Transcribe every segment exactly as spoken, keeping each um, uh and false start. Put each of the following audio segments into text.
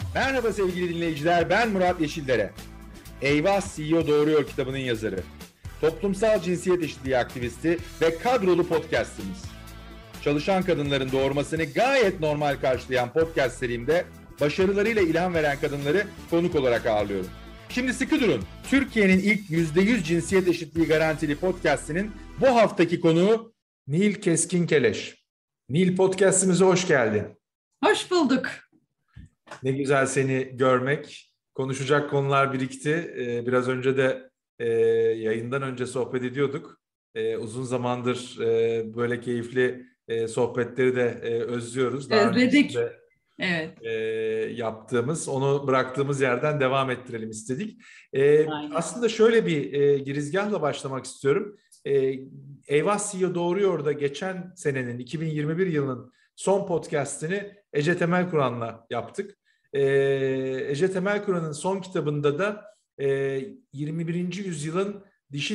Merhaba sevgili dinleyiciler, ben Murat Yeşildere. Eyvah C E O Doğuruyor kitabının yazarı. Toplumsal cinsiyet eşitliği aktivisti ve kadrolu podcastimiz. Çalışan kadınların doğurmasını gayet normal karşılayan podcast serimde başarılarıyla ilham veren kadınları konuk olarak ağırlıyorum. Şimdi sıkı durun. Türkiye'nin ilk yüzde yüz cinsiyet eşitliği garantili podcastinin bu haftaki konuğu Nil Keskin-Keleş. Nil, podcastimize hoş geldin. Hoş bulduk. Ne güzel seni görmek. Konuşacak konular birikti. Ee, biraz önce de e, yayından önce sohbet ediyorduk. E, uzun zamandır e, böyle keyifli e, sohbetleri de e, özlüyoruz. Daha Özledik. Evet. E, yaptığımız, onu bıraktığımız yerden devam ettirelim istedik. E, aslında şöyle bir e, girizgahla başlamak istiyorum. E, Eyvah C E O Doğuruyor da geçen senenin iki bin yirmi bir yılının son podcastini Ece Temelkuran'la yaptık. Ee, Ece Temelkuran'ın son kitabında da e, yirmi birinci yüzyılın dişil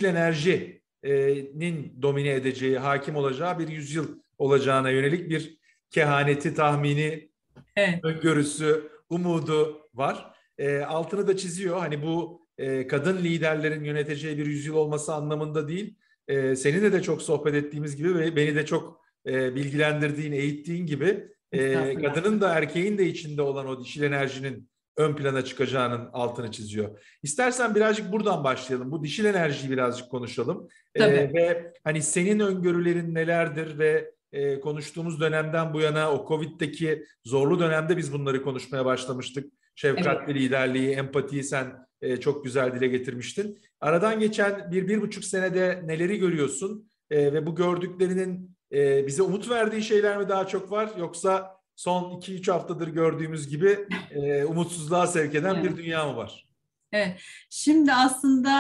enerjinin domine edeceği, hakim olacağı bir yüzyıl olacağına yönelik bir kehaneti, tahmini, evet, öngörüsü, umudu var. E, altını da çiziyor. Hani bu e, kadın liderlerin yöneteceği bir yüzyıl olması anlamında değil. E, seninle de çok sohbet ettiğimiz gibi ve beni de çok e, bilgilendirdiğin, eğittiğin gibi Ee, kadının da erkeğin de içinde olan o dişil enerjinin ön plana çıkacağının altını çiziyor. İstersen birazcık buradan başlayalım. Bu dişil enerjiyi birazcık konuşalım. Ee, ve hani senin öngörülerin nelerdir ve e, konuştuğumuz dönemden bu yana o Covid'deki zorlu dönemde biz bunları konuşmaya başlamıştık. Şefkatli evet. liderliği, empatiyi sen e, çok güzel dile getirmiştin. Aradan geçen bir, bir buçuk senede neleri görüyorsun? E, ve bu gördüklerinin Ee, bize umut verdiği şeyler mi daha çok var, yoksa son iki üç haftadır gördüğümüz gibi e, umutsuzluğa sevk eden evet. bir dünya mı var? Evet, şimdi aslında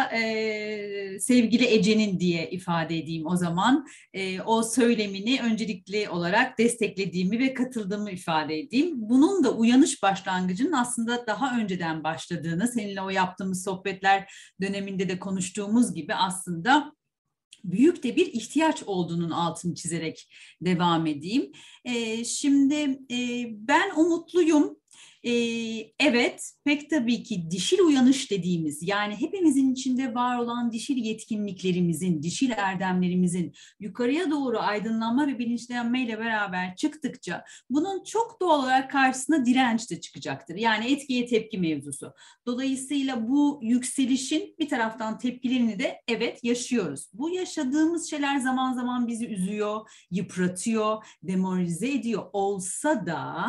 e, sevgili Ece'nin diye ifade edeyim o zaman. E, o söylemini öncelikli olarak desteklediğimi ve katıldığımı ifade edeyim. Bunun da uyanış başlangıcının aslında daha önceden başladığını, seninle o yaptığımız sohbetler döneminde de konuştuğumuz gibi aslında büyük de bir ihtiyaç olduğunun altını çizerek devam edeyim. Ee, şimdi e, ben umutluyum. Ee, evet, pek tabii ki dişil uyanış dediğimiz, yani hepimizin içinde var olan dişil yetkinliklerimizin, dişil erdemlerimizin yukarıya doğru aydınlanma ve bilinçlenmeyle beraber çıktıkça bunun çok doğal olarak karşısına direnç de çıkacaktır. Yani etkiye tepki mevzusu. Dolayısıyla bu yükselişin bir taraftan tepkilerini de evet yaşıyoruz. Bu yaşadığımız şeyler zaman zaman bizi üzüyor, yıpratıyor, demoralize ediyor olsa da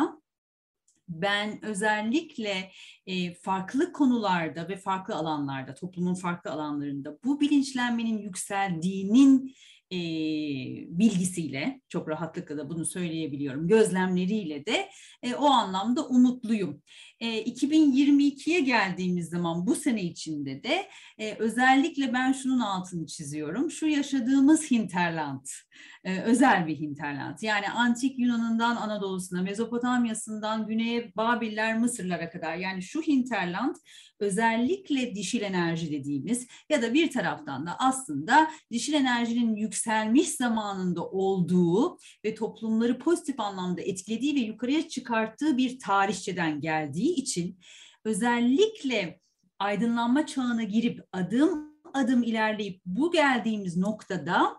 ben özellikle e, farklı konularda ve farklı alanlarda, toplumun farklı alanlarında bu bilinçlenmenin yükseldiğinin e, bilgisiyle, çok rahatlıkla da bunu söyleyebiliyorum, gözlemleriyle de e, o anlamda umutluyum. E, iki bin yirmi ikiye geldiğimiz zaman bu sene içinde de e, özellikle ben şunun altını çiziyorum, şu yaşadığımız hinterland, e, özel bir hinterland. Yani antik Yunan'ından Anadolu'suna, Mezopotamya'sından Güney'e, Babiller, Mısırlara kadar, yani şu hinterland özellikle dişil enerji dediğimiz ya da bir taraftan da aslında dişil enerjinin yükselmiş zamanında olduğu ve toplumları pozitif anlamda etkilediği ve yukarıya çıkarttığı bir tarihçeden geldiği için özellikle aydınlanma çağına girip adım adım ilerleyip bu geldiğimiz noktada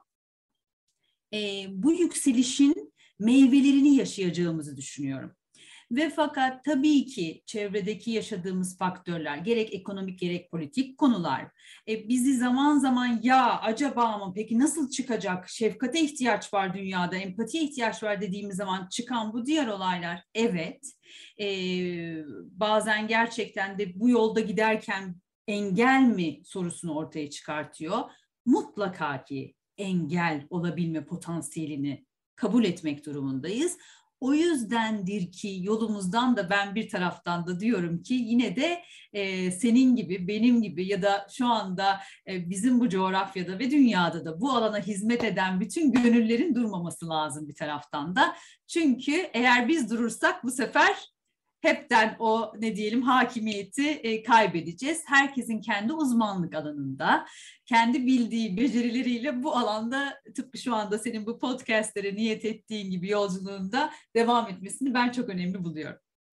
e, bu yükselişin meyvelerini yaşayacağımızı düşünüyorum. Ve fakat tabii ki çevredeki yaşadığımız faktörler, gerek ekonomik gerek politik konular e, bizi zaman zaman ya acaba mı, peki nasıl çıkacak, şefkate ihtiyaç var dünyada, empatiye ihtiyaç var dediğimiz zaman çıkan bu diğer olaylar, evet e, bazen gerçekten de bu yolda giderken engel mi sorusunu ortaya çıkartıyor. Mutlaka ki engel olabilme potansiyelini kabul etmek durumundayız. O yüzdendir ki yolumuzdan da ben bir taraftan da diyorum ki yine de e, senin gibi, benim gibi ya da şu anda e, bizim bu coğrafyada ve dünyada da bu alana hizmet eden bütün gönüllerin durmaması lazım bir taraftan da. Çünkü eğer biz durursak bu sefer hepten o ne diyelim hakimiyeti e, kaybedeceğiz. Herkesin kendi uzmanlık alanında, kendi bildiği becerileriyle bu alanda tıpkı şu anda senin bu podcastlere niyet ettiğin gibi yolculuğunda devam etmesini ben çok önemli buluyorum.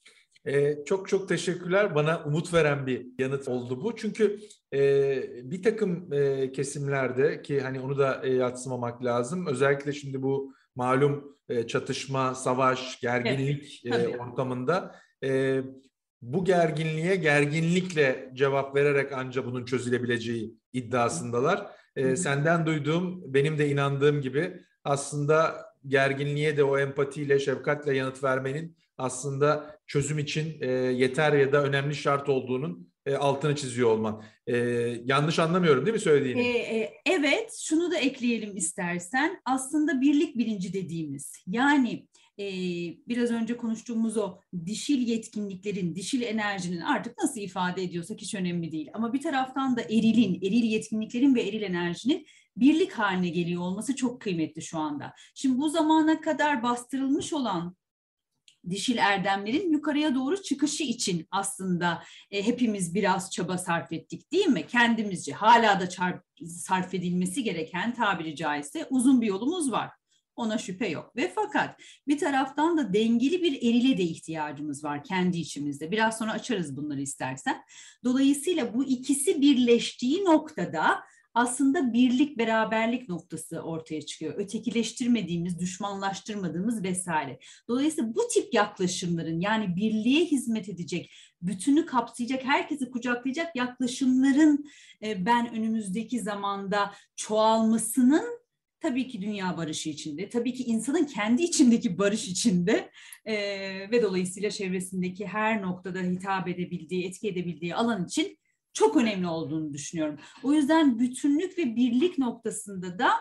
Ee, çok çok teşekkürler. Bana umut veren bir yanıt oldu bu. Çünkü e, bir takım e, kesimlerde ki hani onu da e, yadsımamak lazım. Özellikle şimdi bu malum e, çatışma, savaş, Evet, gerginlik e, tabii. ortamında e, bu gerginliğe gerginlikle cevap vererek anca bunun çözülebileceği iddiasındalar. Hı E, hı. senden duyduğum, benim de inandığım gibi aslında gerginliğe de o empatiyle, şefkatle yanıt vermenin aslında çözüm için e, yeter ya da önemli şart olduğunun e, altını çiziyor olman. E, yanlış anlamıyorum değil mi Ee, söylediğini? e, evet, şunu da ekleyelim istersen. Aslında birlik bilinci dediğimiz, yani e, biraz önce konuştuğumuz o dişil yetkinliklerin, dişil enerjinin artık nasıl ifade ediyorsak hiç önemli değil. Ama bir taraftan da erilin, eril yetkinliklerin ve eril enerjinin birlik haline geliyor olması çok kıymetli şu anda. Şimdi bu zamana kadar bastırılmış olan dişil erdemlerin yukarıya doğru çıkışı için aslında e, hepimiz biraz çaba sarf ettik değil mi? Kendimizce hala da çarp, sarf edilmesi gereken, tabiri caizse uzun bir yolumuz var. Ona şüphe yok. Ve fakat bir taraftan da dengeli bir erile de ihtiyacımız var kendi içimizde. Biraz sonra açarız bunları istersen. Dolayısıyla bu ikisi birleştiği noktada aslında birlik, beraberlik noktası ortaya çıkıyor. Ötekileştirmediğimiz, düşmanlaştırmadığımız vesaire. Dolayısıyla bu tip yaklaşımların, yani birliğe hizmet edecek, bütünü kapsayacak, herkesi kucaklayacak yaklaşımların e, ben önümüzdeki zamanda çoğalmasının, tabii ki dünya barışı içinde, tabii ki insanın kendi içindeki barış içinde e, ve dolayısıyla çevresindeki her noktada hitap edebildiği, etki edebildiği alan için çok önemli olduğunu düşünüyorum. O yüzden bütünlük ve birlik noktasında da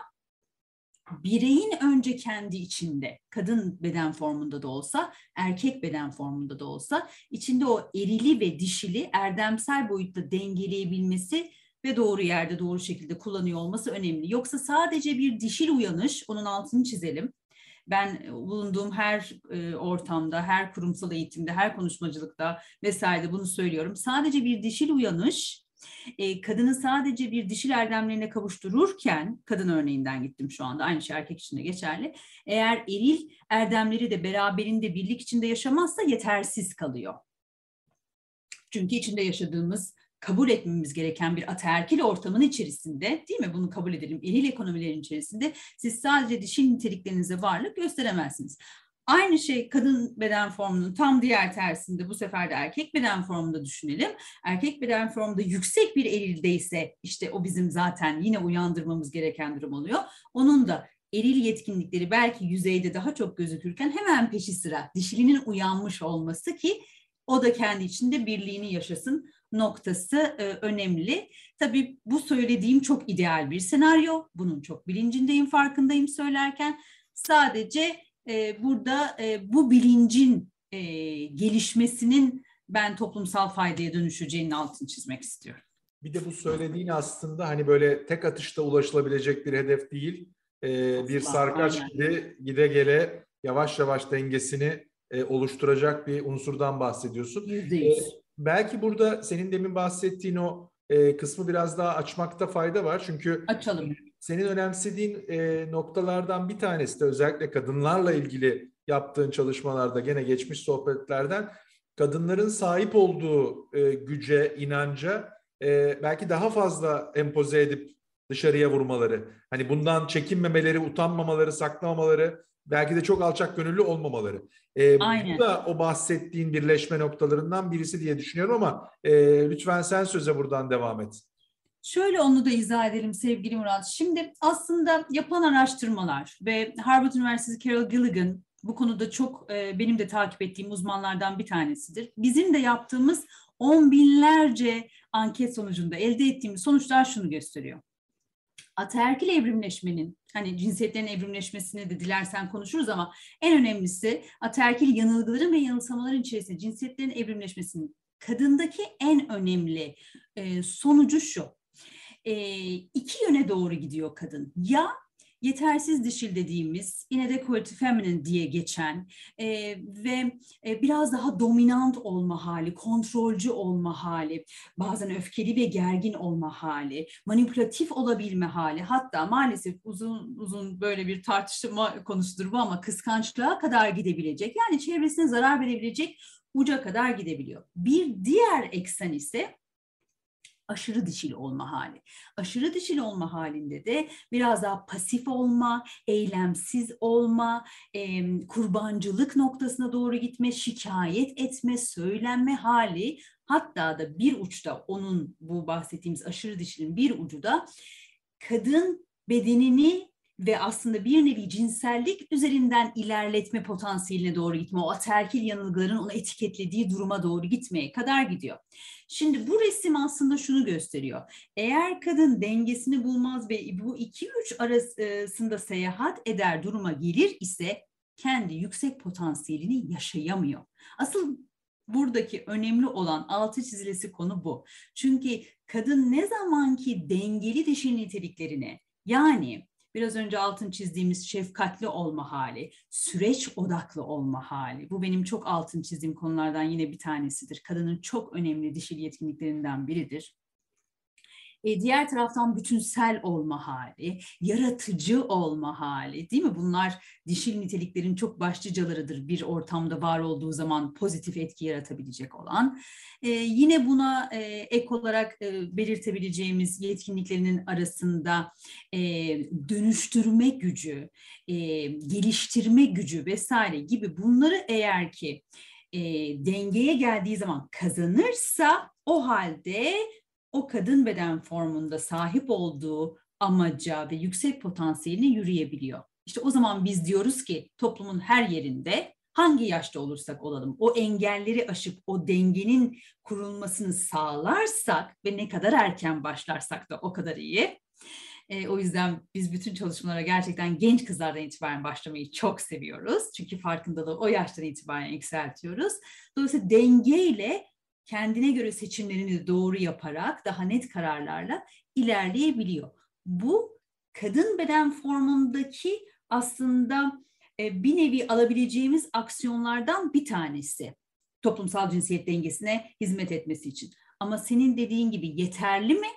bireyin önce kendi içinde, kadın beden formunda da olsa, erkek beden formunda da olsa, içinde o erili ve dişili erdemsel boyutta dengeleyebilmesi ve doğru yerde doğru şekilde kullanıyor olması önemli. Yoksa sadece bir dişil uyanış, onun altını çizelim. Ben bulunduğum her e, ortamda, her kurumsal eğitimde, her konuşmacılıkta vesaire bunu söylüyorum. Sadece bir dişil uyanış, e, kadını sadece bir dişil erdemlerine kavuştururken, kadın örneğinden gittim şu anda, aynı şey erkek için de geçerli. Eğer eril erdemleri de beraberinde birlik içinde yaşamazsa yetersiz kalıyor. Çünkü içinde yaşadığımız, kabul etmemiz gereken bir ataerkil ortamın içerisinde, değil mi? Bunu kabul edelim. Eril ekonomilerin içerisinde siz sadece dişil niteliklerinize varlık gösteremezsiniz. Aynı şey kadın beden formunun tam diğer tersinde, bu sefer de erkek beden formunda düşünelim. Erkek beden formunda yüksek bir erildeyse işte o bizim zaten yine uyandırmamız gereken durum oluyor. Onun da eril yetkinlikleri belki yüzeyde daha çok gözükürken hemen peşi sıra dişilinin uyanmış olması ki o da kendi içinde birliğini yaşasın noktası e, önemli. Tabii bu söylediğim çok ideal bir senaryo. Bunun çok bilincindeyim, farkındayım söylerken. Sadece e, burada e, bu bilincin e, gelişmesinin ben toplumsal faydaya dönüşeceğinin altını çizmek istiyorum. Bir de bu söylediğin aslında hani böyle tek atışta ulaşılabilecek bir hedef değil. Ee, bir sarkaç Aynen. gibi gide gele yavaş yavaş dengesini e, oluşturacak bir unsurdan bahsediyorsun. Yüzde Ee, yüz. belki burada senin demin bahsettiğin o e, kısmı biraz daha açmakta fayda var. Çünkü Açalım. senin önemsediğin e, noktalardan bir tanesi de özellikle kadınlarla ilgili yaptığın çalışmalarda gene geçmiş sohbetlerden kadınların sahip olduğu e, güce, inanca e, belki daha fazla empoze edip dışarıya vurmaları. Hani bundan çekinmemeleri, utanmamaları, saklamamaları, belki de çok alçak gönüllü olmamaları. E, bu Aynen. da o bahsettiğin birleşme noktalarından birisi diye düşünüyorum ama e, lütfen sen söze buradan devam et. Şöyle onu da izah edelim sevgili Murat. Şimdi aslında yapılan araştırmalar ve Harvard Üniversitesi Carol Gilligan bu konuda çok e, benim de takip ettiğim uzmanlardan bir tanesidir. Bizim de yaptığımız on binlerce anket sonucunda elde ettiğimiz sonuçlar şunu gösteriyor. Ataerkil evrimleşmenin, hani cinsiyetlerin evrimleşmesini de dilersen konuşuruz ama en önemlisi ataerkil yanılgıların ve yanılsamaların içerisinde cinsiyetlerin evrimleşmesinin kadındaki en önemli e, sonucu şu. E, iki yöne doğru gidiyor kadın. Ya yetersiz dişil dediğimiz inadequate feminine diye geçen e, ve e, biraz daha dominant olma hali, kontrolcü olma hali, bazen öfkeli ve gergin olma hali, manipülatif olabilme hali, hatta maalesef uzun uzun böyle bir tartışma konusudur bu ama kıskançlığa kadar gidebilecek, yani çevresine zarar verebilecek uca kadar gidebiliyor. Bir diğer eksen ise aşırı dişil olma hali. Aşırı dişil olma halinde de biraz daha pasif olma, eylemsiz olma, e, kurbancılık noktasına doğru gitme, şikayet etme, söylenme hali. Hatta da bir uçta onun bu bahsettiğimiz aşırı dişilin bir ucu da kadın bedenini ve aslında bir nevi cinsellik üzerinden ilerletme potansiyeline doğru gitme, o ataerkil yanılgıların onu etiketlediği duruma doğru gitmeye kadar gidiyor. Şimdi bu resim aslında şunu gösteriyor. Eğer kadın dengesini bulmaz ve bu iki üç arasında seyahat eder duruma gelir ise kendi yüksek potansiyelini yaşayamıyor. Asıl buradaki önemli olan altı çizilesi konu bu. Çünkü kadın ne zaman ki dengeli dişil niteliklerine, yani biraz önce altını çizdiğimiz şefkatli olma hali, süreç odaklı olma hali. Bu benim çok altını çizdiğim konulardan yine bir tanesidir. Kadının çok önemli dişil yetkinliklerinden biridir. E, diğer taraftan bütünsel olma hali, yaratıcı olma hali, değil mi? Bunlar dişil niteliklerin çok başlıcalarıdır bir ortamda var olduğu zaman pozitif etki yaratabilecek olan. E, yine buna e, ek olarak e, belirtebileceğimiz yetkinliklerinin arasında e, dönüştürme gücü, e, geliştirme gücü vesaire gibi bunları eğer ki e, dengeye geldiği zaman kazanırsa o halde o kadın beden formunda sahip olduğu amaca ve yüksek potansiyeline yürüyebiliyor. İşte o zaman biz diyoruz ki toplumun her yerinde hangi yaşta olursak olalım o engelleri aşıp o dengenin kurulmasını sağlarsak ve ne kadar erken başlarsak da o kadar iyi. E, o yüzden biz bütün çalışmalara gerçekten genç kızlardan itibaren başlamayı çok seviyoruz. Çünkü farkındalığı o yaştan itibaren yükseltiyoruz. Dolayısıyla dengeyle kendine göre seçimlerini doğru yaparak daha net kararlarla ilerleyebiliyor. Bu kadın beden formundaki aslında e, bir nevi alabileceğimiz aksiyonlardan bir tanesi. Toplumsal cinsiyet dengesine hizmet etmesi için. Ama senin dediğin gibi yeterli mi?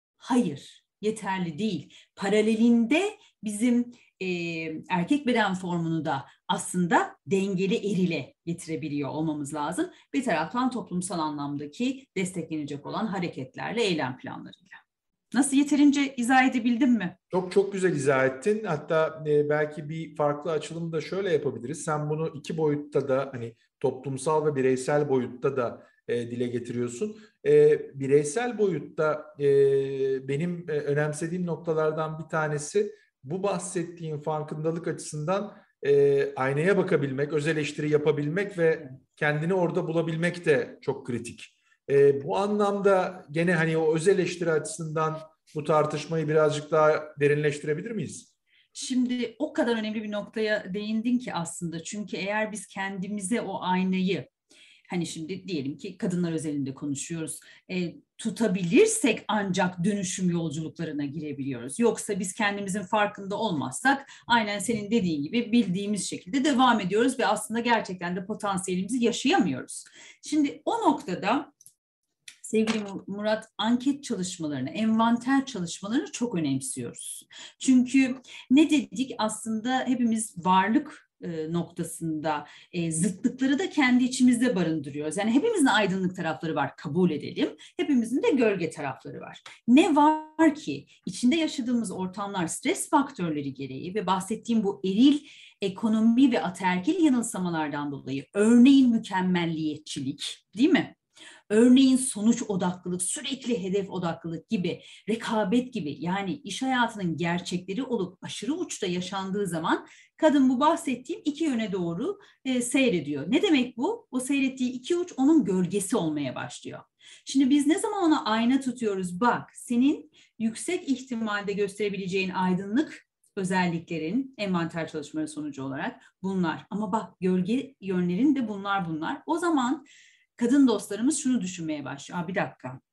Hayır, yeterli değil. Paralelinde bizim e, erkek beden formunu da aslında dengeli erile getirebiliyor olmamız lazım. Bir taraftan toplumsal anlamdaki desteklenecek olan hareketlerle, eylem planlarıyla. Nasıl, yeterince izah edebildim mi? Çok çok güzel izah ettin. Hatta e, belki bir farklı açılımı da şöyle yapabiliriz. Sen bunu iki boyutta da hani toplumsal ve bireysel boyutta da e, dile getiriyorsun. E, bireysel boyutta e, benim e, önemsediğim noktalardan bir tanesi bu bahsettiğim farkındalık açısından e, aynaya bakabilmek, öz eleştiri yapabilmek ve kendini orada bulabilmek de çok kritik. E, bu anlamda gene hani o öz eleştiri açısından bu tartışmayı birazcık daha derinleştirebilir miyiz? Şimdi o kadar önemli bir noktaya değindin ki aslında. Çünkü eğer biz kendimize o aynayı, hani şimdi diyelim ki kadınlar özelinde konuşuyoruz, e, tutabilirsek ancak dönüşüm yolculuklarına girebiliyoruz. Yoksa biz kendimizin farkında olmazsak aynen senin dediğin gibi bildiğimiz şekilde devam ediyoruz ve aslında gerçekten de potansiyelimizi yaşayamıyoruz. Şimdi o noktada sevgili Murat, anket çalışmalarını, envanter çalışmalarını çok önemsiyoruz. Çünkü ne dedik, aslında hepimiz varlık noktasında e, zıtlıkları da kendi içimizde barındırıyoruz. Yani hepimizin aydınlık tarafları var, kabul edelim. Hepimizin de gölge tarafları var. Ne var ki içinde yaşadığımız ortamlar stres faktörleri gereği ve bahsettiğim bu eril ekonomi ve ataerkil yanılsamalardan dolayı, örneğin mükemmelliyetçilik, değil mi? Örneğin sonuç odaklılık, sürekli hedef odaklılık gibi, rekabet gibi, yani iş hayatının gerçekleri olup aşırı uçta yaşandığı zaman kadın bu bahsettiğim iki yöne doğru e, seyrediyor. Ne demek bu? O seyrettiği iki uç onun gölgesi olmaya başlıyor. Şimdi biz ne zaman ona ayna tutuyoruz? Bak, senin yüksek ihtimalde gösterebileceğin aydınlık özelliklerin envanter çalışmaları sonucu olarak bunlar. Ama bak, gölge yönlerin de bunlar bunlar. O zaman kadın dostlarımız şunu düşünmeye başlıyor. Aa, bir dakika.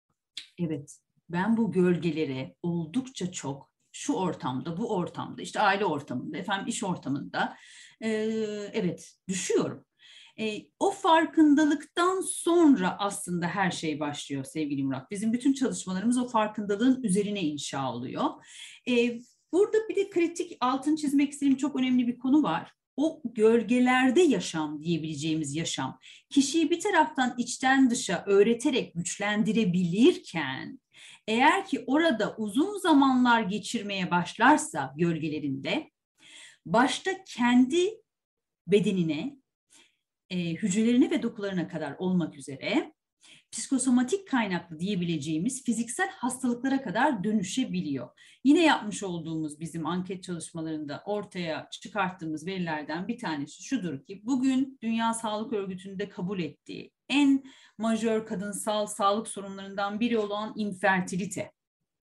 Evet, ben bu gölgeleri oldukça çok şu ortamda, bu ortamda, işte aile ortamında, efendim iş ortamında e, evet düşüyorum. E, o farkındalıktan sonra aslında her şey başlıyor sevgili Murat. Bizim bütün çalışmalarımız o farkındalığın üzerine inşa oluyor. E, burada bir de kritik, altını çizmek istediğim çok önemli bir konu var. o gölgelerde yaşam diyebileceğimiz yaşam, kişiyi bir taraftan içten dışa öğreterek güçlendirebilirken, eğer ki orada uzun zamanlar geçirmeye başlarsa gölgelerinde, başta kendi bedenine, e, hücrelerine ve dokularına kadar olmak üzere psikosomatik kaynaklı diyebileceğimiz fiziksel hastalıklara kadar dönüşebiliyor. Yine yapmış olduğumuz bizim anket çalışmalarında ortaya çıkarttığımız verilerden bir tanesi şudur ki, bugün Dünya Sağlık Örgütü'nde kabul ettiği en majör kadınsal sağlık sorunlarından biri olan infertilite,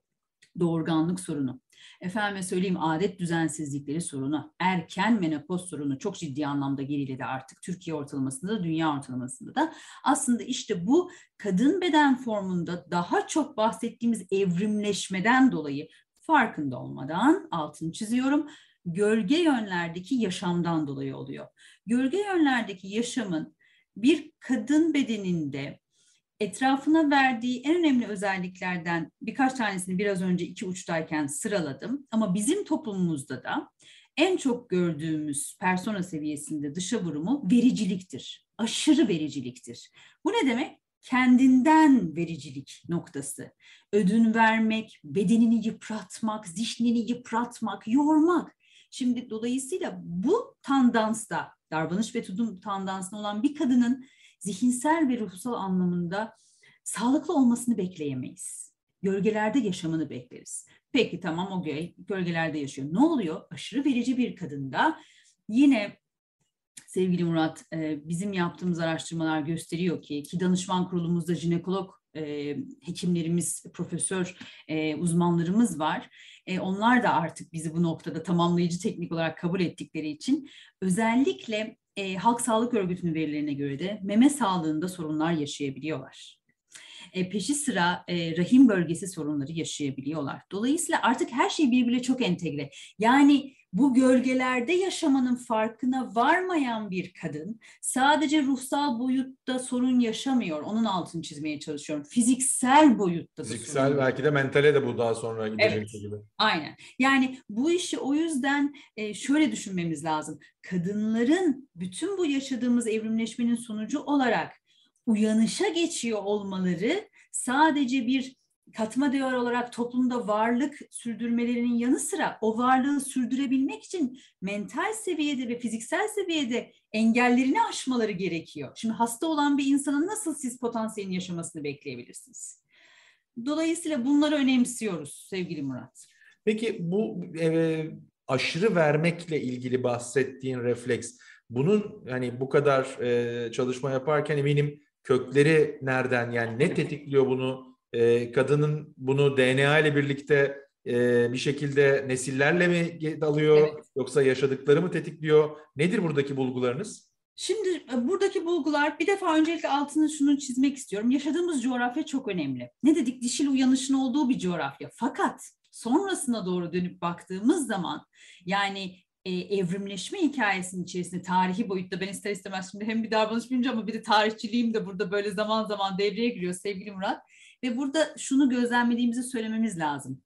doğurganlık sorunu, efendime söyleyeyim adet düzensizlikleri sorunu, erken menopoz sorunu çok ciddi anlamda geriledi artık Türkiye ortalamasında da dünya ortalamasında da. Aslında işte bu kadın beden formunda daha çok bahsettiğimiz evrimleşmeden dolayı, farkında olmadan, altını çiziyorum, gölge yönlerdeki yaşamdan dolayı oluyor. Gölge yönlerdeki yaşamın bir kadın bedeninde etrafına verdiği en önemli özelliklerden birkaç tanesini biraz önce iki uçtayken sıraladım. Ama bizim toplumumuzda da en çok gördüğümüz persona seviyesinde dışa vurumu vericiliktir. Aşırı vericiliktir. Bu ne demek? Kendinden vericilik noktası. Ödün vermek, bedenini yıpratmak, zihnini yıpratmak, yormak. Şimdi dolayısıyla bu tandansta, davranış ve tutum tandansında olan bir kadının zihinsel ve ruhsal anlamında sağlıklı olmasını bekleyemeyiz. Gölgelerde yaşamını bekleriz. Peki tamam, o gölgelerde yaşıyor. Ne oluyor? Aşırı verici bir kadında yine sevgili Murat, bizim yaptığımız araştırmalar gösteriyor ki, ki danışman kurulumuzda jinekolog e, hekimlerimiz, profesör e, uzmanlarımız var. E, onlar da artık bizi bu noktada tamamlayıcı teknik olarak kabul ettikleri için özellikle e, Halk Sağlık Örgütü'nün verilerine göre de meme sağlığında sorunlar yaşayabiliyorlar. E, peşi sıra e, rahim bölgesi sorunları yaşayabiliyorlar. Dolayısıyla artık her şey birbirine çok entegre. Yani bu gölgelerde yaşamanın farkına varmayan bir kadın sadece ruhsal boyutta sorun yaşamıyor. Onun altını çizmeye çalışıyorum. Fiziksel boyutta da Fiziksel, sorun. belki de mentale de bu daha sonra gidecek Evet, gibi. aynen. Yani bu işi o yüzden e, şöyle düşünmemiz lazım. Kadınların bütün bu yaşadığımız evrimleşmenin sonucu olarak uyanışa geçiyor olmaları sadece bir katma değer olarak toplumda varlık sürdürmelerinin yanı sıra o varlığı sürdürebilmek için mental seviyede ve fiziksel seviyede engellerini aşmaları gerekiyor. Şimdi hasta olan bir insanın nasıl siz potansiyelini yaşamasını bekleyebilirsiniz? Dolayısıyla bunları önemsiyoruz sevgili Murat. Peki bu e, aşırı vermekle ilgili bahsettiğin refleks, bunun hani bu kadar e, çalışma yaparken eminim kökleri nereden, yani ne tetikliyor bunu? E, kadının bunu D N A ile birlikte e, bir şekilde nesillerle mi alıyor, Evet. yoksa yaşadıkları mı tetikliyor? Nedir buradaki bulgularınız? Şimdi buradaki bulgular, bir defa öncelikle altını şunu çizmek istiyorum. Yaşadığımız coğrafya çok önemli. Ne dedik? Dişil uyanışın olduğu bir coğrafya. Fakat sonrasına doğru dönüp baktığımız zaman, yani e, evrimleşme hikayesinin içerisinde tarihi boyutta, ben ister istemez şimdi hem bir davranış bilimci ama bir de tarihçiliğim de burada böyle zaman zaman devreye giriyor sevgili Murat. Ve burada şunu gözlemlediğimizi söylememiz lazım.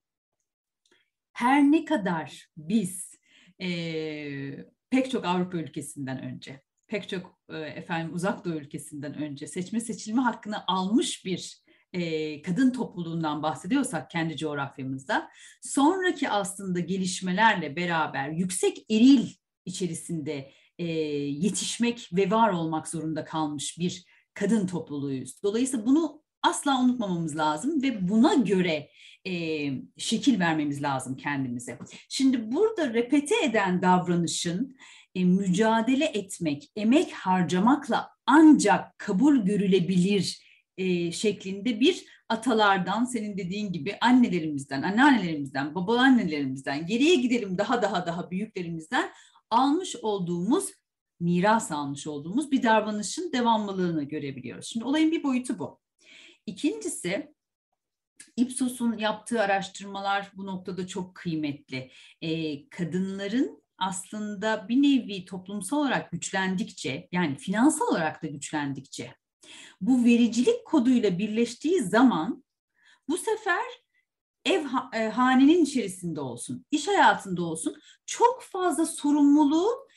Her ne kadar biz e, pek çok Avrupa ülkesinden önce, pek çok e, efendim Uzak Doğu ülkesinden önce seçme seçilme hakkını almış bir e, kadın topluluğundan bahsediyorsak kendi coğrafyamızda, sonraki aslında gelişmelerle beraber yüksek eril içerisinde e, yetişmek ve var olmak zorunda kalmış bir kadın topluluğuyuz. Dolayısıyla bunu asla unutmamamız lazım ve buna göre e, şekil vermemiz lazım kendimize. Şimdi burada repete eden davranışın e, mücadele etmek, emek harcamakla ancak kabul görülebilir e, şeklinde bir atalardan, senin dediğin gibi annelerimizden, anneannelerimizden, babaannelerimizden, geriye gidelim daha daha daha büyüklerimizden almış olduğumuz, miras almış olduğumuz bir davranışın devamlılığını görebiliyoruz. Şimdi olayın bir boyutu bu. İkincisi, Ipsos'un yaptığı araştırmalar bu noktada çok kıymetli. Ee, kadınların aslında bir nevi toplumsal olarak güçlendikçe, yani finansal olarak da güçlendikçe, bu vericilik koduyla birleştiği zaman bu sefer ev e, hanenin içerisinde olsun, iş hayatında olsun çok fazla sorumluluğu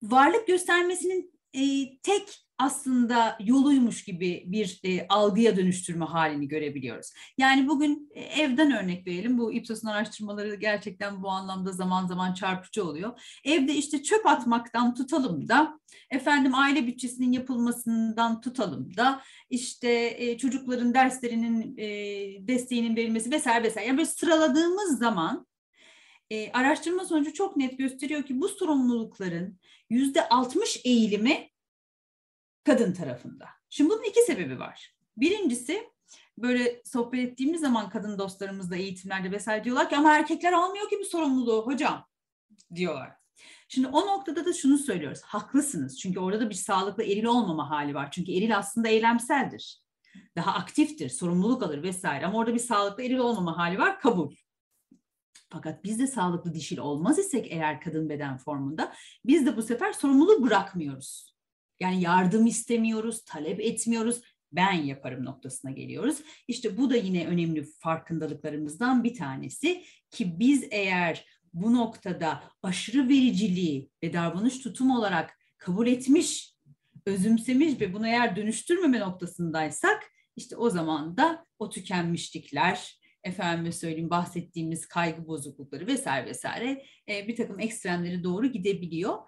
varlık göstermesinin e, tek aslında yoluymuş gibi bir e, algıya dönüştürme halini görebiliyoruz. Yani bugün e, evden örnek verelim. Bu Ipsos'un araştırmaları gerçekten bu anlamda zaman zaman çarpıcı oluyor. Evde işte çöp atmaktan tutalım da, efendim aile bütçesinin yapılmasından tutalım da, işte e, çocukların derslerinin e, desteğinin verilmesi vesaire vesaire. Yani böyle sıraladığımız zaman e, araştırma sonucu çok net gösteriyor ki bu sorumlulukların yüzde altmış eğilimi kadın tarafında. Şimdi bunun iki sebebi var. Birincisi, böyle sohbet ettiğimiz zaman kadın dostlarımızla eğitimlerde vesaire diyorlar ki ama erkekler almıyor ki bu sorumluluğu hocam diyorlar. Şimdi o noktada da şunu söylüyoruz. Haklısınız. Çünkü orada da bir sağlıklı eril olmama hali var. Çünkü eril aslında eylemseldir. Daha aktiftir, sorumluluk alır vesaire. Ama orada bir sağlıklı eril olmama hali var, kabul. Fakat biz de sağlıklı dişil olmaz isek eğer kadın beden formunda, biz de bu sefer sorumluluğu bırakmıyoruz. Yani yardım istemiyoruz, talep etmiyoruz, ben yaparım noktasına geliyoruz. İşte bu da yine önemli farkındalıklarımızdan bir tanesi ki biz eğer bu noktada aşırı vericiliği ve davranış tutum olarak kabul etmiş, özümsemiş ve bunu eğer dönüştürmeme noktasındaysak, işte o zaman da o tükenmişlikler, efendime söyleyeyim bahsettiğimiz kaygı bozuklukları vesaire vesaire e, bir takım ekstremlere doğru gidebiliyor.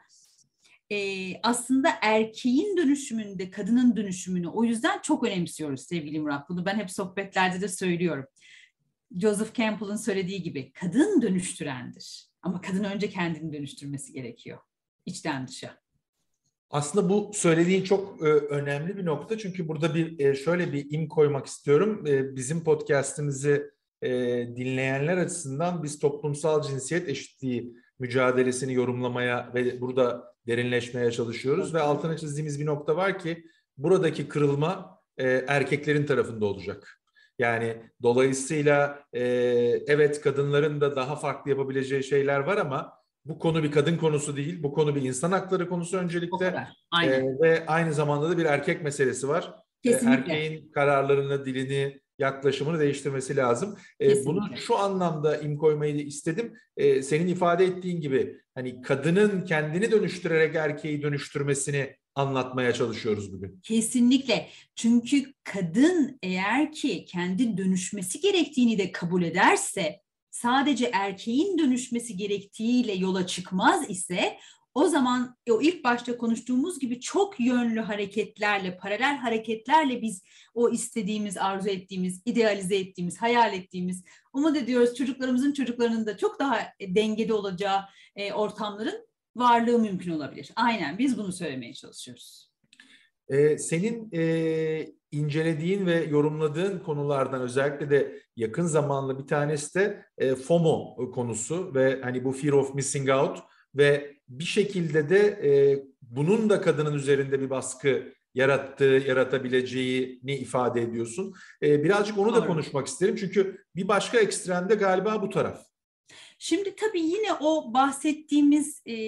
E, aslında erkeğin dönüşümünde kadının dönüşümünü o yüzden çok önemsiyoruz sevgili Murat. Bunu ben hep sohbetlerde de söylüyorum. Joseph Campbell'ın söylediği gibi kadın dönüştürendir. Ama kadın önce kendini dönüştürmesi gerekiyor. İçten dışa. Aslında bu söylediğin çok e, önemli bir nokta. Çünkü burada bir e, şöyle bir im koymak istiyorum. E, bizim podcast'imizi e, dinleyenler açısından biz toplumsal cinsiyet eşitliği mücadelesini yorumlamaya ve burada derinleşmeye çalışıyoruz. Ve altına çizdiğimiz bir nokta var ki buradaki kırılma e, erkeklerin tarafında olacak. Yani dolayısıyla e, evet kadınların da daha farklı yapabileceği şeyler var ama bu konu bir kadın konusu değil. Bu konu bir insan hakları konusu öncelikle. Aynen. Ee, ve aynı zamanda da bir erkek meselesi var. Kesinlikle. Ee, erkeğin kararlarını, dilini, yaklaşımını değiştirmesi lazım. Ee, bunu şu anlamda im koymayı istedim. Ee, senin ifade ettiğin gibi hani kadının kendini dönüştürerek erkeği dönüştürmesini anlatmaya çalışıyoruz bugün. Kesinlikle. Çünkü kadın eğer ki kendi dönüşmesi gerektiğini de kabul ederse, sadece erkeğin dönüşmesi gerektiğiyle yola çıkmaz ise, o zaman o ilk başta konuştuğumuz gibi çok yönlü hareketlerle, paralel hareketlerle biz o istediğimiz, arzu ettiğimiz, idealize ettiğimiz, hayal ettiğimiz, umut ediyoruz çocuklarımızın çocuklarının da çok daha dengede olacağı e, ortamların varlığı mümkün olabilir. Aynen, biz bunu söylemeye çalışıyoruz. Ee, senin e, incelediğin ve yorumladığın konulardan özellikle de yakın zamanlı bir tanesi de e, FOMO konusu ve hani bu fear of missing out ve bir şekilde de e, bunun da kadının üzerinde bir baskı yarattığı, yaratabileceğini ifade ediyorsun. E, birazcık onu da konuşmak isterim çünkü bir başka ekstremde galiba bu taraf. Şimdi tabii yine o bahsettiğimiz e,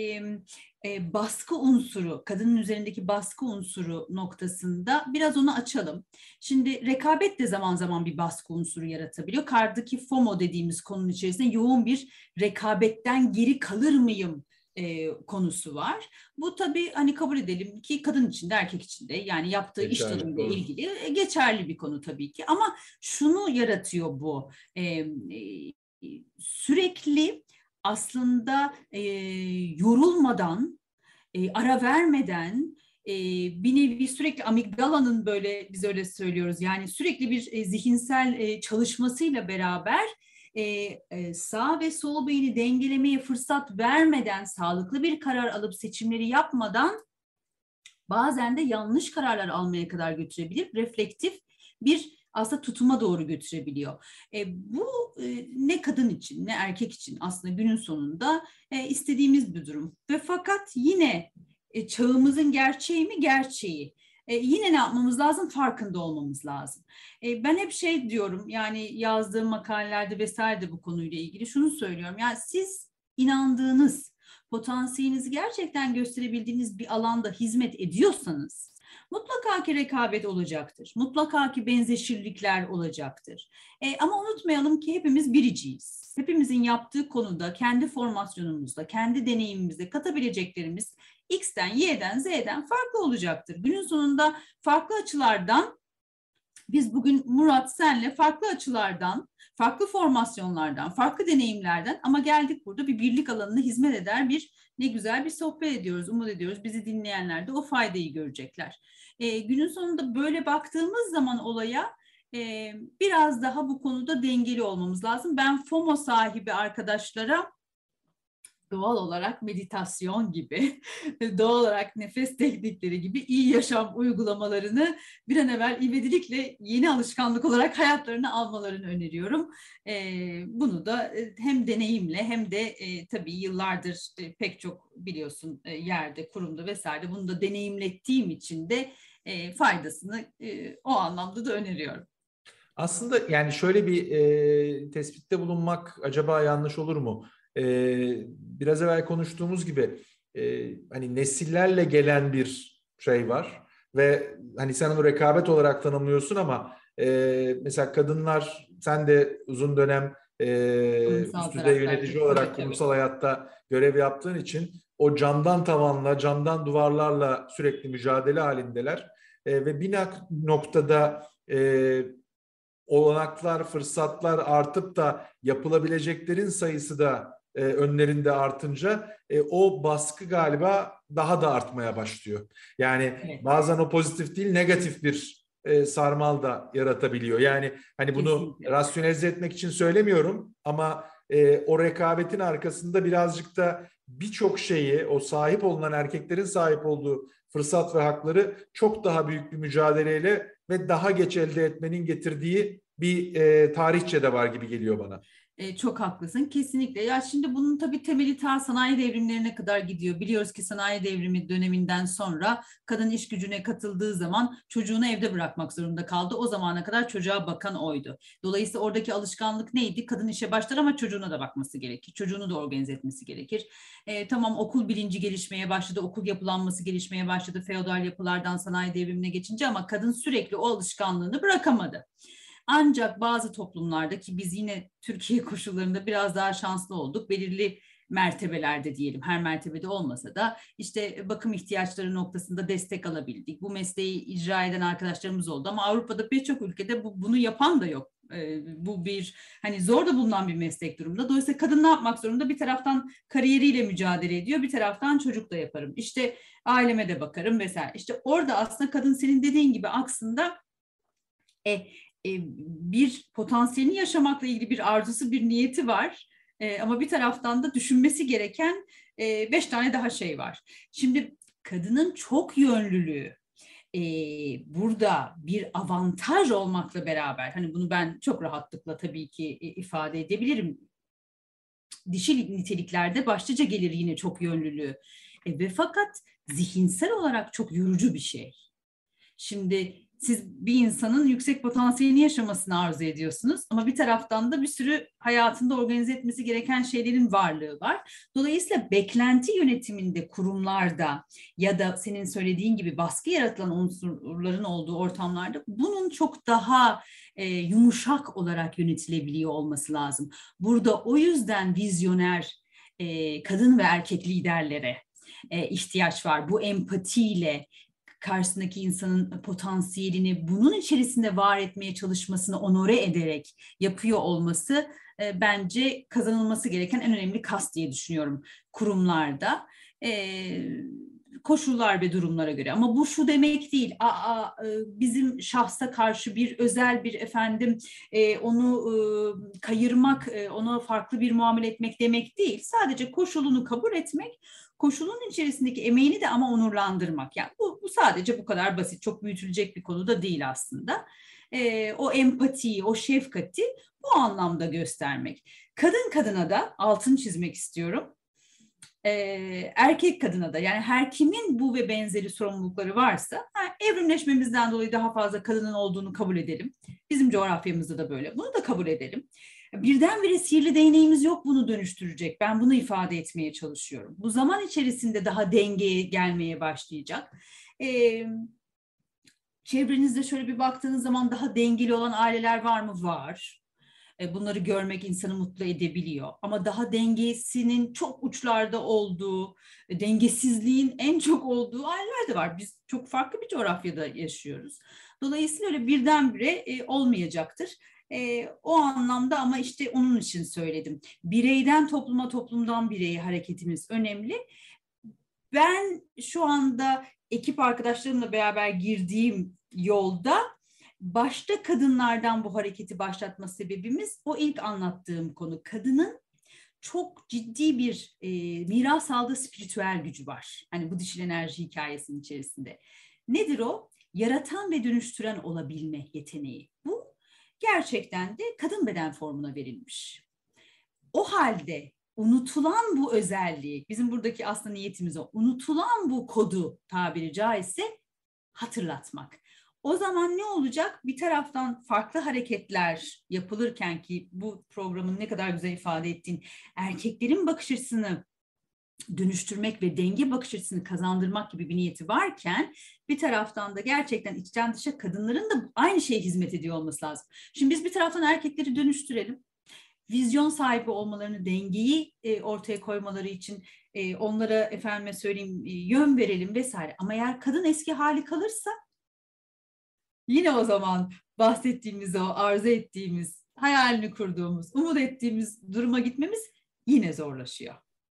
e, baskı unsuru, kadının üzerindeki baskı unsuru noktasında biraz onu açalım. Şimdi rekabet de zaman zaman bir baskı unsuru yaratabiliyor. Kardaki FOMO dediğimiz konunun içerisinde yoğun bir rekabetten geri kalır mıyım e, konusu var. Bu tabii hani kabul edelim ki kadın için de erkek için de, yani yaptığı geçerli, iş tanımıyla ilgili e, geçerli bir konu tabii ki. Ama şunu yaratıyor bu. E, e, Sürekli aslında e, yorulmadan, e, ara vermeden, e, bir nevi sürekli amigdalanın, böyle biz öyle söylüyoruz, yani sürekli bir e, zihinsel e, çalışmasıyla beraber e, e, sağ ve sol beyni dengelemeye fırsat vermeden, sağlıklı bir karar alıp seçimleri yapmadan bazen de yanlış kararlar almaya kadar götürebilir. Reflektif bir aslında tutuma doğru götürebiliyor. E, bu e, ne kadın için ne erkek için aslında günün sonunda e, istediğimiz bir durum. Ve fakat yine e, çağımızın gerçeği mi? Gerçeği. E, yine ne yapmamız lazım? Farkında olmamız lazım. E, ben hep şey diyorum, yani yazdığım makalelerde vesaire de bu konuyla ilgili şunu söylüyorum. Yani siz inandığınız, potansiyelinizi gerçekten gösterebildiğiniz bir alanda hizmet ediyorsanız mutlaka ki rekabet olacaktır. Mutlaka ki benzeşirlikler olacaktır. E, ama unutmayalım ki hepimiz biriciyiz. Hepimizin yaptığı konuda, kendi formasyonumuzda, kendi deneyimimizde katabileceklerimiz X'ten, Y'den, Z'den farklı olacaktır. Günün sonunda farklı açılardan biz bugün Murat senle farklı açılardan, farklı formasyonlardan, farklı deneyimlerden ama geldik burada bir birlik alanına hizmet eder bir ne güzel bir sohbet ediyoruz, umut ediyoruz. Bizi dinleyenler de o faydayı görecekler. E, günün sonunda böyle baktığımız zaman olaya e, biraz daha bu konuda dengeli olmamız lazım. Ben FOMO sahibi arkadaşlara doğal olarak meditasyon gibi, doğal olarak nefes teknikleri gibi iyi yaşam uygulamalarını bir an evvel ivedilikle yeni alışkanlık olarak hayatlarına almalarını öneriyorum. Ee, bunu da hem deneyimle hem de e, tabii yıllardır e, pek çok biliyorsun e, yerde, kurumda vesaire bunu da deneyimlettiğim için de e, faydasını e, o anlamda da öneriyorum. Aslında yani şöyle bir e, tespitte bulunmak acaba yanlış olur mu? Ee, biraz evvel konuştuğumuz gibi e, hani nesillerle gelen bir şey var ve hani sen onu rekabet olarak tanımlıyorsun ama e, mesela kadınlar sen de uzun dönem e, üst düzey yönetici olarak tabii, kurumsal tabii. hayatta görev yaptığın için o camdan tavanla, camdan duvarlarla sürekli mücadele halindeler e, ve bir noktada e, olanaklar, fırsatlar artıp da yapılabileceklerin sayısı da e, önlerinde artınca e, o baskı galiba daha da artmaya başlıyor. Yani evet. Bazen o pozitif değil, negatif bir e, sarmal da yaratabiliyor. Yani hani bunu kesinlikle rasyonelize etmek için söylemiyorum ama e, o rekabetin arkasında birazcık da birçok şeyi, o sahip olunan erkeklerin sahip olduğu fırsat ve hakları çok daha büyük bir mücadeleyle ve daha geç elde etmenin getirdiği bir e, tarihçe de var gibi geliyor bana. E, çok haklısın kesinlikle. Ya şimdi bunun tabii temeli ta sanayi devrimlerine kadar gidiyor. Biliyoruz ki sanayi devrimi döneminden sonra kadın iş gücüne katıldığı zaman çocuğunu evde bırakmak zorunda kaldı. O zamana kadar çocuğa bakan oydu. Dolayısıyla oradaki alışkanlık neydi? Kadın işe başlar ama çocuğuna da bakması gerekir. Çocuğunu da organize etmesi gerekir. E, tamam okul bilinci gelişmeye başladı. Okul yapılanması gelişmeye başladı. Feodal yapılardan sanayi devrimine geçince ama kadın sürekli o alışkanlığını bırakamadı. Ancak bazı toplumlarda ki biz yine Türkiye koşullarında biraz daha şanslı olduk. Belirli mertebelerde diyelim, her mertebede olmasa da işte bakım ihtiyaçları noktasında destek alabildik. Bu mesleği icra eden arkadaşlarımız oldu ama Avrupa'da birçok ülkede bu, bunu yapan da yok. Ee, bu bir hani zor da bulunan bir meslek durumda. Dolayısıyla kadın ne yapmak zorunda? Bir taraftan kariyeriyle mücadele ediyor, bir taraftan çocuk da yaparım. İşte aileme de bakarım vesaire. İşte orada aslında kadın senin dediğin gibi aslında e, bir potansiyelini yaşamakla ilgili bir arzusu, bir niyeti var. E, ama bir taraftan da düşünmesi gereken e, beş tane daha şey var. Şimdi kadının çok yönlülüğü e, burada bir avantaj olmakla beraber, hani bunu ben çok rahatlıkla tabii ki e, ifade edebilirim. Dişil niteliklerde başlıca gelir yine çok yönlülüğü. E, ve fakat zihinsel olarak çok yorucu bir şey. Şimdi siz bir insanın yüksek potansiyelini yaşamasını arzu ediyorsunuz ama bir taraftan da bir sürü hayatında organize etmesi gereken şeylerin varlığı var. Dolayısıyla beklenti yönetiminde kurumlarda ya da senin söylediğin gibi baskı yaratılan unsurların olduğu ortamlarda bunun çok daha e, yumuşak olarak yönetilebiliyor olması lazım. Burada o yüzden vizyoner e, kadın ve erkek liderlere e, ihtiyaç var. Bu empatiyle karşısındaki insanın potansiyelini bunun içerisinde var etmeye çalışmasını onore ederek yapıyor olması e, bence kazanılması gereken en önemli kas diye düşünüyorum kurumlarda. E, koşullar ve durumlara göre ama bu şu demek değil aa, bizim şahsa karşı bir özel bir efendim e, onu e, kayırmak e, ona farklı bir muamele etmek demek değil, sadece koşulunu kabul etmek, koşulun içerisindeki emeğini de ama onurlandırmak. Yani bu, bu sadece bu kadar basit, çok büyütülecek bir konu da değil aslında. E, o empatiyi, o şefkati bu anlamda göstermek. Kadın kadına da altını çizmek istiyorum. E, erkek kadına da, yani her kimin bu ve benzeri sorumlulukları varsa ha, evrimleşmemizden dolayı daha fazla kadının olduğunu kabul edelim. Bizim coğrafyamızda da böyle. Bunu da kabul edelim. Birdenbire sihirli değneğimiz yok bunu dönüştürecek. Ben bunu ifade etmeye çalışıyorum. Bu zaman içerisinde daha dengeye gelmeye başlayacak. Ee, çevrenizde şöyle bir baktığınız zaman daha dengeli olan aileler var mı? Var. E, bunları görmek insanı mutlu edebiliyor. Ama daha dengesinin çok uçlarda olduğu, e, dengesizliğin en çok olduğu aileler de var. Biz çok farklı bir coğrafyada yaşıyoruz. Dolayısıyla öyle birdenbire e, olmayacaktır. E, o anlamda ama işte onun için söyledim. Bireyden topluma, toplumdan bireye hareketimiz önemli. Ben şu anda ekip arkadaşlarımla beraber girdiğim yolda başta kadınlardan bu hareketi başlatma sebebimiz o ilk anlattığım konu. Kadının çok ciddi bir e, miras aldığı spiritüel gücü var. Hani bu dişil enerji hikayesinin içerisinde. Nedir o? Yaratan ve dönüştüren olabilme yeteneği. Bu gerçekten de kadın beden formuna verilmiş. O halde unutulan bu özelliği, bizim buradaki aslında niyetimiz o, unutulan bu kodu tabiri caizse hatırlatmak. O zaman ne olacak? Bir taraftan farklı hareketler yapılırken ki bu programın ne kadar güzel ifade ettiğin erkeklerin bakış açısını dönüştürmek ve denge bakış açısını kazandırmak gibi bir niyeti varken bir taraftan da gerçekten içten dışa kadınların da aynı şeye hizmet ediyor olması lazım. Şimdi biz bir taraftan erkekleri dönüştürelim. Vizyon sahibi olmalarını, dengeyi e, ortaya koymaları için e, onlara efendime söyleyeyim e, yön verelim vesaire. Ama eğer kadın eski hali kalırsa yine o zaman bahsettiğimiz o arzu ettiğimiz, hayalini kurduğumuz, umut ettiğimiz duruma gitmemiz yine zorlaşıyor.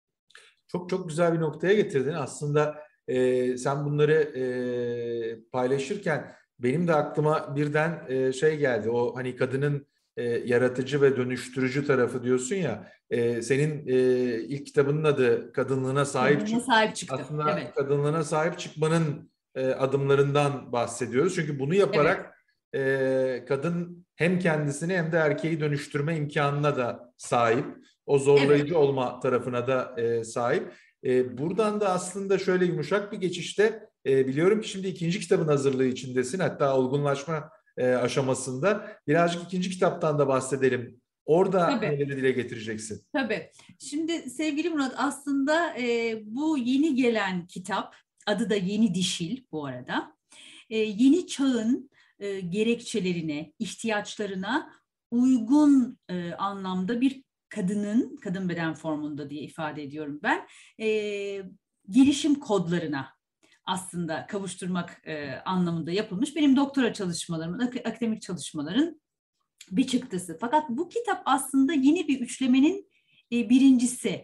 Çok çok güzel bir noktaya getirdin. Aslında e, sen bunları e, paylaşırken benim de aklıma birden e, şey geldi. O hani kadının e, yaratıcı ve dönüştürücü tarafı diyorsun ya. E, senin e, ilk kitabının adı Kadınlığına Sahip Kadınına Çık. sahip çıktı. Aslında Evet. kadınlığına sahip çıkmanın e, adımlarından bahsediyoruz. Çünkü bunu yaparak evet. e, kadın hem kendisini hem de erkeği dönüştürme imkanına da sahip. O zorlayıcı evet. olma tarafına da e, sahip. E, buradan da aslında şöyle yumuşak bir geçişte e, biliyorum ki şimdi ikinci kitabın hazırlığı içindesin. Hatta olgunlaşma e, aşamasında. Birazcık ikinci kitaptan da bahsedelim. Orada Tabii. neleri dile getireceksin? Tabii. Şimdi sevgili Murat aslında e, bu yeni gelen kitap, adı da Yeni Dişil bu arada. E, yeni çağın e, gerekçelerine, ihtiyaçlarına uygun e, anlamda bir kadının, kadın beden formunda diye ifade ediyorum ben, e, gelişim kodlarına aslında kavuşturmak e, anlamında yapılmış. Benim doktora çalışmalarımın, ak- akademik çalışmaların bir çıktısı. Fakat bu kitap aslında yeni bir üçlemenin e, birincisi.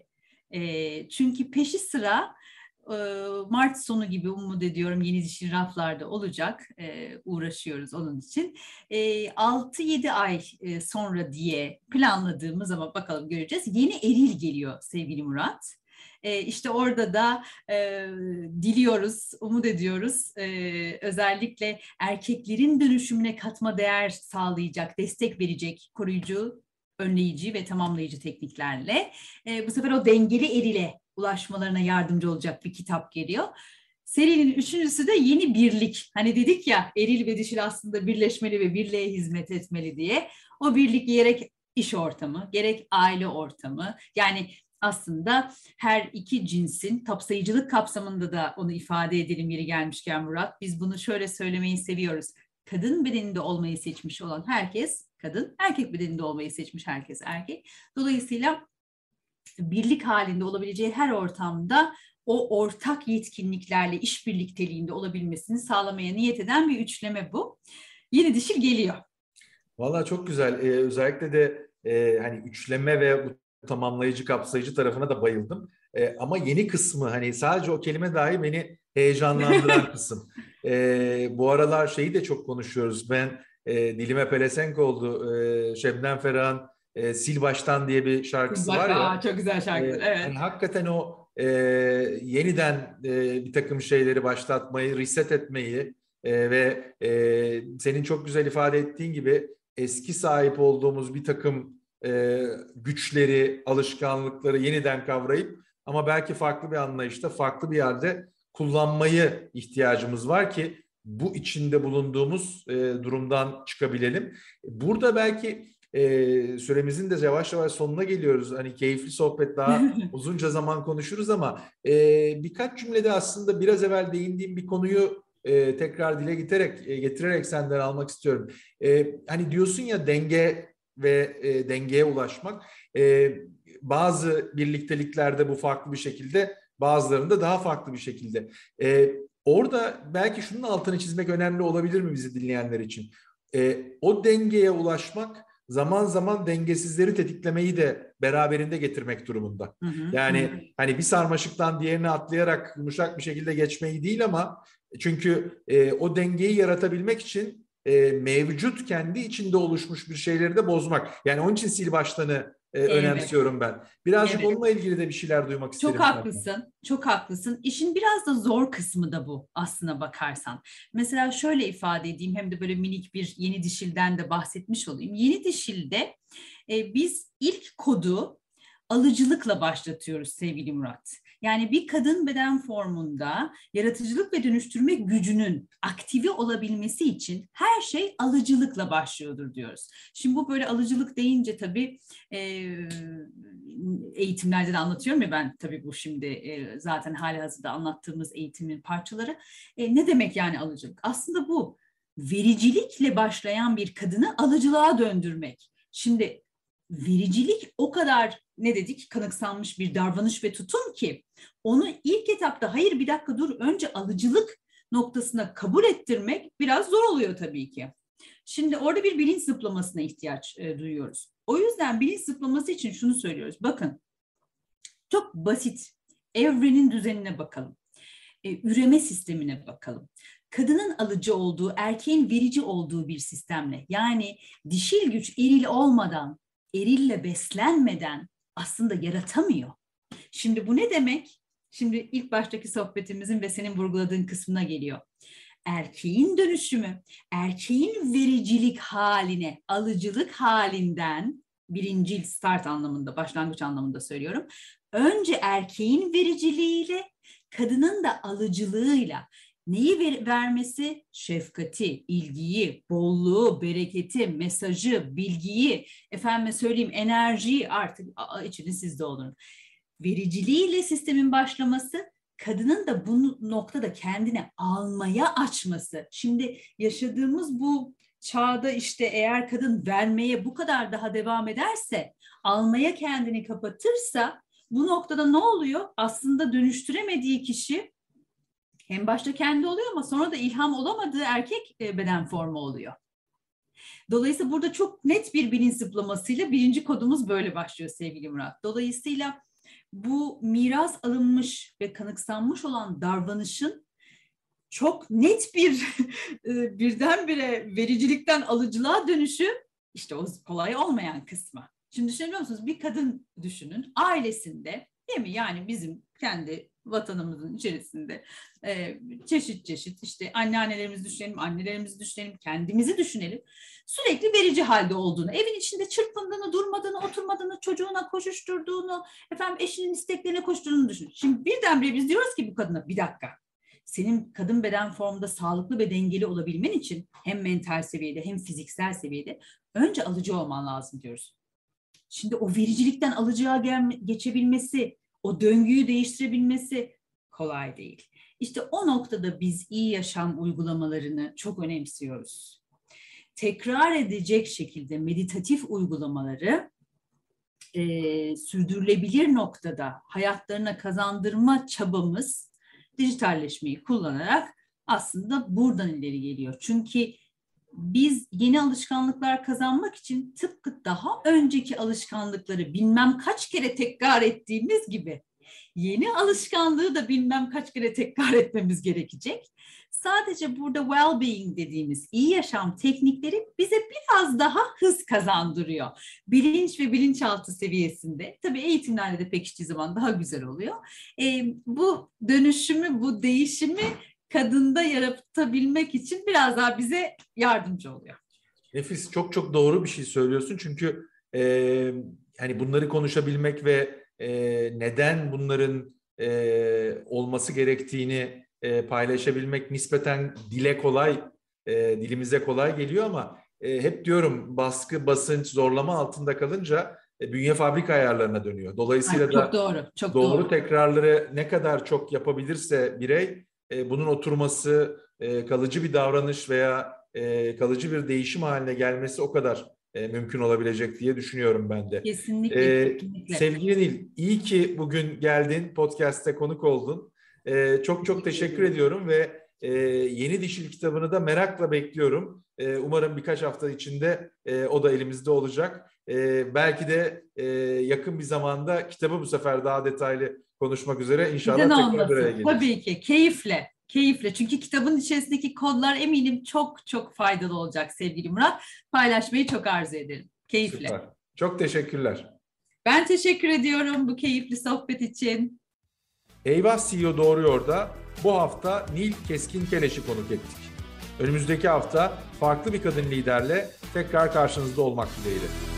E, çünkü peşi sıra e, Mart sonu gibi umut ediyorum yeni dişil raflarda olacak. E, uğraşıyoruz onun için. E, altı yedi ay e, sonra diye planladığımız ama bakalım göreceğiz. Yeni eril geliyor sevgili Murat. E, işte orada da e, diliyoruz, umut ediyoruz. E, özellikle erkeklerin dönüşümüne katma değer sağlayacak, destek verecek koruyucu, önleyici ve tamamlayıcı tekniklerle e, bu sefer o dengeli erile ulaşmalarına yardımcı olacak bir kitap geliyor. Serinin üçüncüsü de yeni birlik. Hani dedik ya eril ve dişil aslında birleşmeli ve birliğe hizmet etmeli diye. O birlik gerek iş ortamı, gerek aile ortamı. Yani aslında her iki cinsin kapsayıcılık kapsamında da onu ifade edelim yeri gelmişken Murat. Biz bunu şöyle söylemeyi seviyoruz. Kadın bedeninde olmayı seçmiş olan herkes kadın, erkek bedeninde olmayı seçmiş herkes erkek. Dolayısıyla birlik halinde olabileceği her ortamda o ortak yetkinliklerle iş birlikteliğinde olabilmesini sağlamaya niyet eden bir üçleme bu. Yeni dişil geliyor. Vallahi çok güzel. Ee, özellikle de e, hani üçleme ve bu tamamlayıcı, kapsayıcı tarafına da bayıldım. Ee, ama yeni kısmı hani sadece o kelime dahi beni heyecanlandıran kısım. Ee, bu aralar şeyi de çok konuşuyoruz. Ben e, dilime pelesenk oldu. E, Şebnem Ferah'ın e, Sil Baştan diye bir şarkısı Bak, var ya. aa, çok güzel şarkıdır. E, Evet. hani hakikaten o e, yeniden e, bir takım şeyleri başlatmayı, reset etmeyi e, ve e, senin çok güzel ifade ettiğin gibi eski sahip olduğumuz bir takım e, güçleri, alışkanlıkları yeniden kavrayıp ama belki farklı bir anlayışta, farklı bir yerde kullanmayı ihtiyacımız var ki bu içinde bulunduğumuz e, durumdan çıkabilelim. Burada belki e, süremizin de yavaş yavaş sonuna geliyoruz. Hani keyifli sohbet, daha uzunca zaman konuşuruz ama e, birkaç cümlede aslında biraz evvel değindiğim bir konuyu e, tekrar dile getirerek, e, getirerek senden almak istiyorum. E, hani diyorsun ya denge ve e, dengeye ulaşmak. E, bazı birlikteliklerde bu farklı bir şekilde, bazılarında daha farklı bir şekilde. E, orada belki şunun altını çizmek önemli olabilir mi bizi dinleyenler için? E, o dengeye ulaşmak zaman zaman dengesizleri tetiklemeyi de beraberinde getirmek durumunda. Hı hı, yani hı. hani bir sarmaşıktan diğerine atlayarak yumuşak bir şekilde geçmeyi değil, ama çünkü e, o dengeyi yaratabilmek için e, mevcut kendi içinde oluşmuş bir şeyleri de bozmak. Yani onun için sil baştanı e, evet. önemsiyorum ben. Birazcık evet. onunla ilgili de bir şeyler duymak isterim. Çok haklısın, senden. Çok haklısın. İşin biraz da zor kısmı da bu aslına bakarsan. Mesela şöyle ifade edeyim, hem de böyle minik bir yeni dişilden de bahsetmiş olayım. Yeni dişilde e, biz ilk kodu alıcılıkla başlatıyoruz sevgili Murat. Yani bir kadın beden formunda yaratıcılık ve dönüştürme gücünün aktive olabilmesi için her şey alıcılıkla başlıyordur diyoruz. Şimdi bu böyle alıcılık deyince tabii e, eğitimlerde de anlatıyorum ya ben, tabii bu şimdi e, zaten halihazırda anlattığımız eğitimin parçaları. E, ne demek yani alıcılık? Aslında bu vericilikle başlayan bir kadını alıcılığa döndürmek. Şimdi vericilik o kadar, ne dedik, kanıksanmış bir davranış ve tutum ki onu ilk etapta hayır bir dakika dur önce alıcılık noktasına kabul ettirmek biraz zor oluyor tabii ki. Şimdi orada bir bilinç zıplamasına ihtiyaç e, duyuyoruz. O yüzden bilinç zıplaması için şunu söylüyoruz. Bakın, çok basit, evrenin düzenine bakalım. E, üreme sistemine bakalım. Kadının alıcı olduğu, erkeğin verici olduğu bir sistemle, yani dişil güç eril olmadan, erille beslenmeden aslında yaratamıyor. Şimdi bu ne demek? Şimdi ilk baştaki sohbetimizin ve senin vurguladığın kısmına geliyor. Erkeğin dönüşümü, erkeğin vericilik haline, alıcılık halinden, birincil start anlamında, başlangıç anlamında söylüyorum. Önce erkeğin vericiliğiyle, kadının da alıcılığıyla neyi ver, vermesi? Şefkati, ilgiyi, bolluğu, bereketi, mesajı, bilgiyi, efendime söyleyeyim enerjiyi, artık içinin sizde olun. Vericiliğiyle sistemin başlaması, kadının da bu noktada kendini almaya açması. Şimdi yaşadığımız bu çağda işte eğer kadın vermeye bu kadar daha devam ederse, almaya kendini kapatırsa, bu noktada ne oluyor? Aslında dönüştüremediği kişi hem başta kendi oluyor ama sonra da ilham olamadığı erkek beden formu oluyor. Dolayısıyla burada çok net bir bilinç zıplamasıyla birinci kodumuz böyle başlıyor sevgili Murat. Dolayısıyla bu miras alınmış ve kanıksanmış olan davranışın çok net bir birdenbire vericilikten alıcılığa dönüşü, işte o kolay olmayan kısmı. Şimdi düşünebiliyor musunuz? Bir kadın düşünün, ailesinde, değil mi? Yani bizim kendi vatanımızın içerisinde e, çeşit çeşit işte anneannelerimizi düşünelim, annelerimizi düşünelim, kendimizi düşünelim. Sürekli verici halde olduğunu, evin içinde çırpındığını, durmadığını, oturmadığını, çocuğuna koşuşturduğunu, efendim eşinin isteklerine koşturduğunu düşünün. Şimdi birdenbire biz diyoruz ki bu kadına, bir dakika. Senin kadın beden formunda sağlıklı ve dengeli olabilmen için hem mental seviyede hem fiziksel seviyede önce alıcı olman lazım diyoruz. Şimdi o vericilikten alıcıya gelme, geçebilmesi, o döngüyü değiştirebilmesi kolay değil. İşte o noktada biz iyi yaşam uygulamalarını çok önemsiyoruz. Tekrar edecek şekilde meditatif uygulamaları e, sürdürülebilir noktada hayatlarına kazandırma çabamız dijitalleşmeyi kullanarak aslında buradan ileri geliyor. Çünkü biz yeni alışkanlıklar kazanmak için tıpkı daha önceki alışkanlıkları bilmem kaç kere tekrar ettiğimiz gibi yeni alışkanlığı da bilmem kaç kere tekrar etmemiz gerekecek. Sadece burada well-being dediğimiz iyi yaşam teknikleri bize biraz daha hız kazandırıyor. Bilinç ve bilinçaltı seviyesinde. Tabii eğitimlerde de pekiştiği zaman daha güzel oluyor. E, bu dönüşümü, bu değişimi kadında yaratabilmek için biraz daha bize yardımcı oluyor. Nefis, çok çok doğru bir şey söylüyorsun. Çünkü e, hani bunları konuşabilmek ve e, neden bunların e, olması gerektiğini e, paylaşabilmek nispeten dile kolay, e, dilimize kolay geliyor ama e, hep diyorum baskı, basınç, zorlama altında kalınca e, bünye fabrika ayarlarına dönüyor. Dolayısıyla Ay, çok da doğru, çok doğru, doğru tekrarları ne kadar çok yapabilirse birey, e, bunun oturması, e, kalıcı bir davranış veya e, kalıcı bir değişim haline gelmesi o kadar e, mümkün olabilecek diye düşünüyorum ben de. Kesinlikle, Ee, kesinlikle. Sevgili Nil, iyi ki bugün geldin, podcast'te konuk oldun. Ee, çok çok teşekkür ediyorum ve e, Yeni Dişil kitabını da merakla bekliyorum. E, umarım birkaç hafta içinde e, o da elimizde olacak. E, belki de e, yakın bir zamanda kitabı bu sefer daha detaylı konuşmak üzere inşallah Neden tekrar bir araya olmasın? geliriz. Tabii ki, keyifle. Keyifle. Çünkü kitabın içerisindeki kodlar eminim çok çok faydalı olacak sevgili Murat. Paylaşmayı çok arzu ederim. Keyifle. Süper. Çok teşekkürler. Ben teşekkür ediyorum bu keyifli sohbet için. Eyvah C E O Doğruyor'da bu hafta Nil Keskin Keleş'i konuk ettik. Önümüzdeki hafta farklı bir kadın liderle tekrar karşınızda olmak dileğiyle.